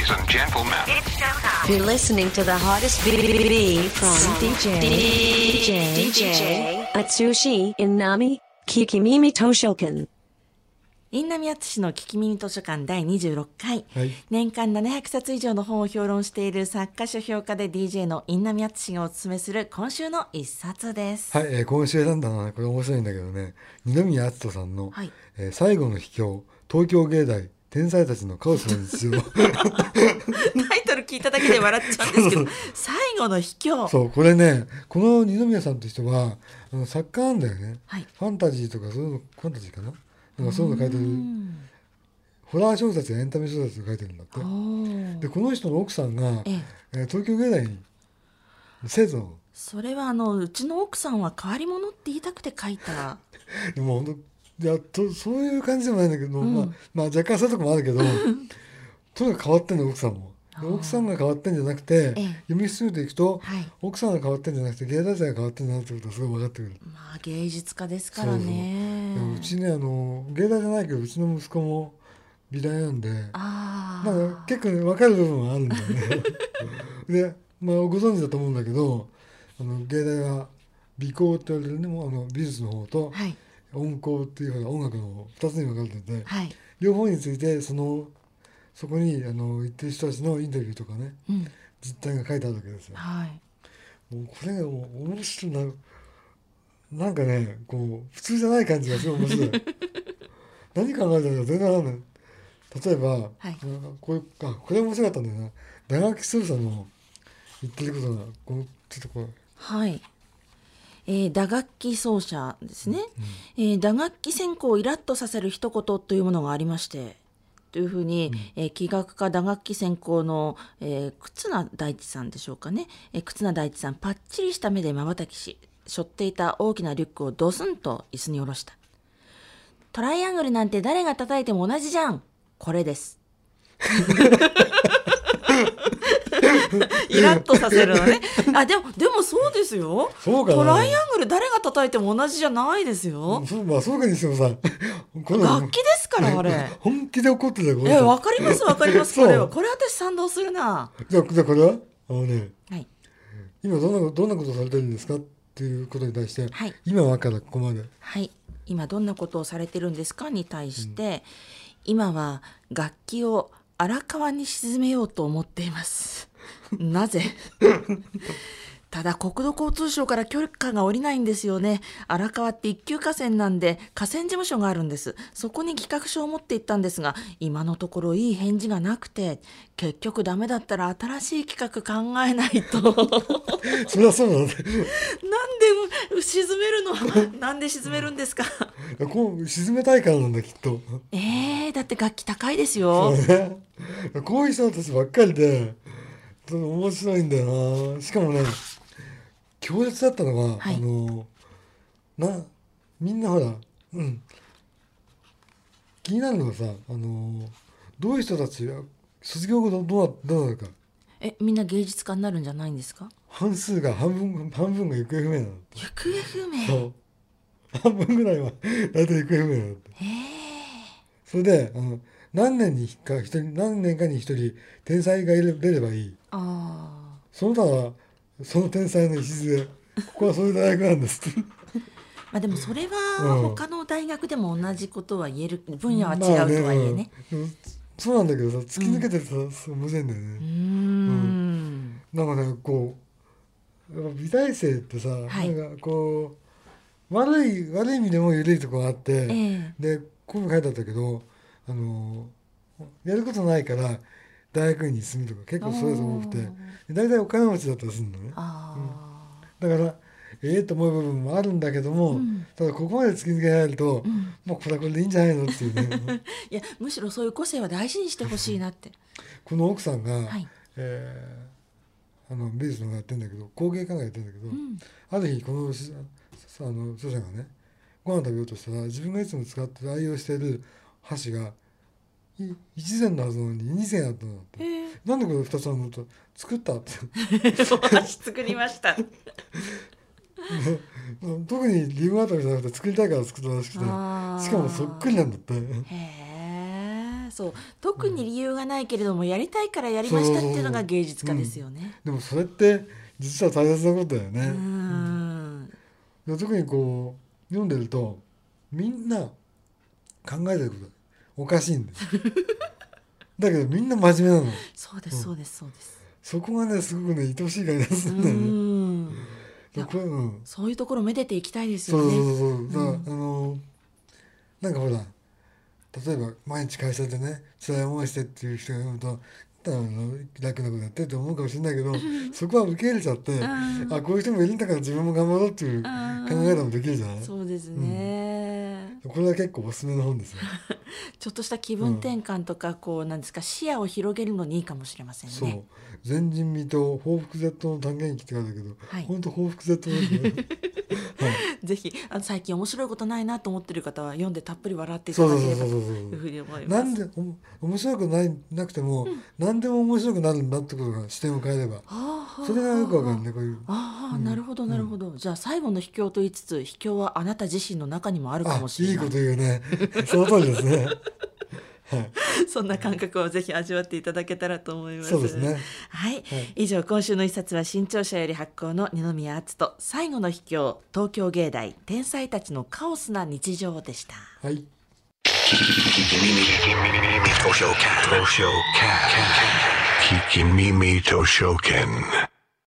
Ladies and gentlemen, It's showtime. You're listening to the hottest BBB from DJ Atsushi Inami Kikimimi Toshokan. 印南敦の聞き耳図書館第26回、 はい、 年間700冊以上の本を評論している作家書評家で DJ の印南敦がおすすめする今週の一冊です。 はい、今週選んだのはこれ面白いんだけどね、二宮篤人さんの、 はい最後の秘境東京芸大天才たちのカオスの日常タイトル聞いただけで笑っちゃうんですけど最後の秘境。 そうこれね、この二宮さんという人は作家なんだよね、 はい、 ファンタジーとかそういうの、ファンタジーかな、なんかそういうの書いてる、ホラー小説やエンタメ小説を書いてるんだって。でこの人の奥さんが、東京芸大に生徒なの。 それはうちの奥さんは変わり者って言いたくて書いたでも本当そういう感じでもないんだけど、まあ若干そういうとこもあるけどとにかく変わってんの奥さんも。奥さんが変わってんじゃなくて、読み進めていくと、はい、奥さんが変わってんじゃなくて芸大生が変わってんだなってことがすごい分かってくる。 まあ芸術家ですからね。 そうそう、うちね芸大じゃないけどうちの息子も美大なんで、なんか結構、ね、分かる部分はあるんだよねで、まあ、ご存知だと思うんだけど芸大は美工って言われるね、美術の方と、はい、音工っていう音楽の2つに分かれてて、はい、両方についてそこに行ってる人たちのインタビューとかね、実態が書いてあるわけですよ。はい、もうこれがもう面白いなんかねこう普通じゃない感じがすごい面白い何考えたら全然わかんない。例えば、はい、これ面白かったんだよな。打楽器奏者の言ってることがちょっとこう、はい、 打楽器奏者ですね、打楽器専攻をイラッとさせる一言というものがありましてというふうに、器楽科打楽器専攻の、忽那大地さんでしょうかね、忽那大地さんパッチリした目で瞬きし背負っていた大きなリュックをドスンと椅子に下ろした。トライアングルなんて誰が叩いても同じじゃん、これですイラッとさせるのねでもそうですよ。そうかな、トライアングル誰が叩いても同じじゃないですよ。 まあそうかにしてもさ楽器ですからあれ本気で怒ってたよこれ。わかりますこれ私賛同するな。 じゃあこれははい、今どんなことをされてるんですかっていうことに対して、はい、今はからここまで、 はい、今どんなことをされてるんですかに対して、今は楽器を荒川に沈めようと思っていますなぜただ国土交通省から許可が下りないんですよね。荒川って一級河川なんで河川事務所があるんです。そこに企画書を持って行ったんですが今のところいい返事がなくて、結局ダメだったら新しい企画考えないとそりゃそうなんだ。なんで沈めるのなんで沈めるんですかこう沈めたいからなんだきっと。 だって楽器高いですよ。 そうね、こういう人たちばっかりで面白いんだよな。しかもね強烈だったのは、はい、みんなほら、気になるのはさどういう人たち卒業後どうなるか。 みんな芸術家になるんじゃないんですか。 半分が行方不明なの。 行方不明。 そう半分ぐらいは大体行方不明なの。それで何年かに一人天才が出ればいい。その他はその天才の礎、ここはそういう大学なんですまあでもそれは他の大学でも同じことは言える、分野は違うとはいえね、 そうなんだけどさ、突き抜けてさ、面白いんだよね。なんかねこう美大生ってさ、なんかこう悪い意味でも緩いところがあって、でこういうの書いてあったけどやることないから大学院に進むとか結構そういう人多くて、大体お金持ちだったりするのね。だからと思う部分もあるんだけども、ただここまで突き抜けられると、もうこれはこれでいいんじゃないのっていうねいやむしろそういう個性は大事にしてほしいなってこの奥さんが、美術のやってるんだけど工芸家がやってるんだけど、ある日この著者がねご飯食べようとしたら自分がいつも使って愛用している箸が1膳のはずなのに2膳あったのって、なんでこれ2つあるのと作ったって箸作りました特に理由があったわけじゃなくて作りたいから作ったらしくて、しかもそっくりなんだって。 そう特に理由がないけれども、やりたいからやりましたっていうのが芸術家ですよね。 でもそれって実は大切なことだよね。で特にこう読んでるとみんな考えてることおかしいんですだけどみんな真面目なの。 そうです、そうです、そうです。 そこがねすごくね愛しい感じがするんだよね。 そういうところめでていきたいですよね。 なんかほら例えば毎日会社でね辛い思いしてっていう人が読むと楽なことやってると思うかもしれないけどそこは受け入れちゃって、こういう人もいるんだから自分も頑張ろうっていう考え方もできるじゃない。 そうですね、 これは結構おすすめの本ですよちょっとした気分転換とか、こうなんですか、視野を広げるのにいいかもしれませんね。 そう前人未到報復絶倒の単元記って書いてあるけど、本当報復絶倒ですねぜひ最近面白いことないなと思ってる方は読んでたっぷり笑っていただければというふうに思います。 なんで面白くなくても、何でも面白くなるんだってことが視点を変えれば、それがよくわかるねこういう。 なるほどなるほど、じゃあ最後の秘境と言いつつ秘境はあなた自身の中にもあるかもしれない。 いいこと言うねその通りですねそんな感覚をぜひ味わっていただけたらと思います。 そうですね。 はい、以上今週の一冊は新潮社より発行の二宮篤人最後の秘境東京芸大天才たちのカオスな日常でした。 はい。 Kikimimi Toshoken.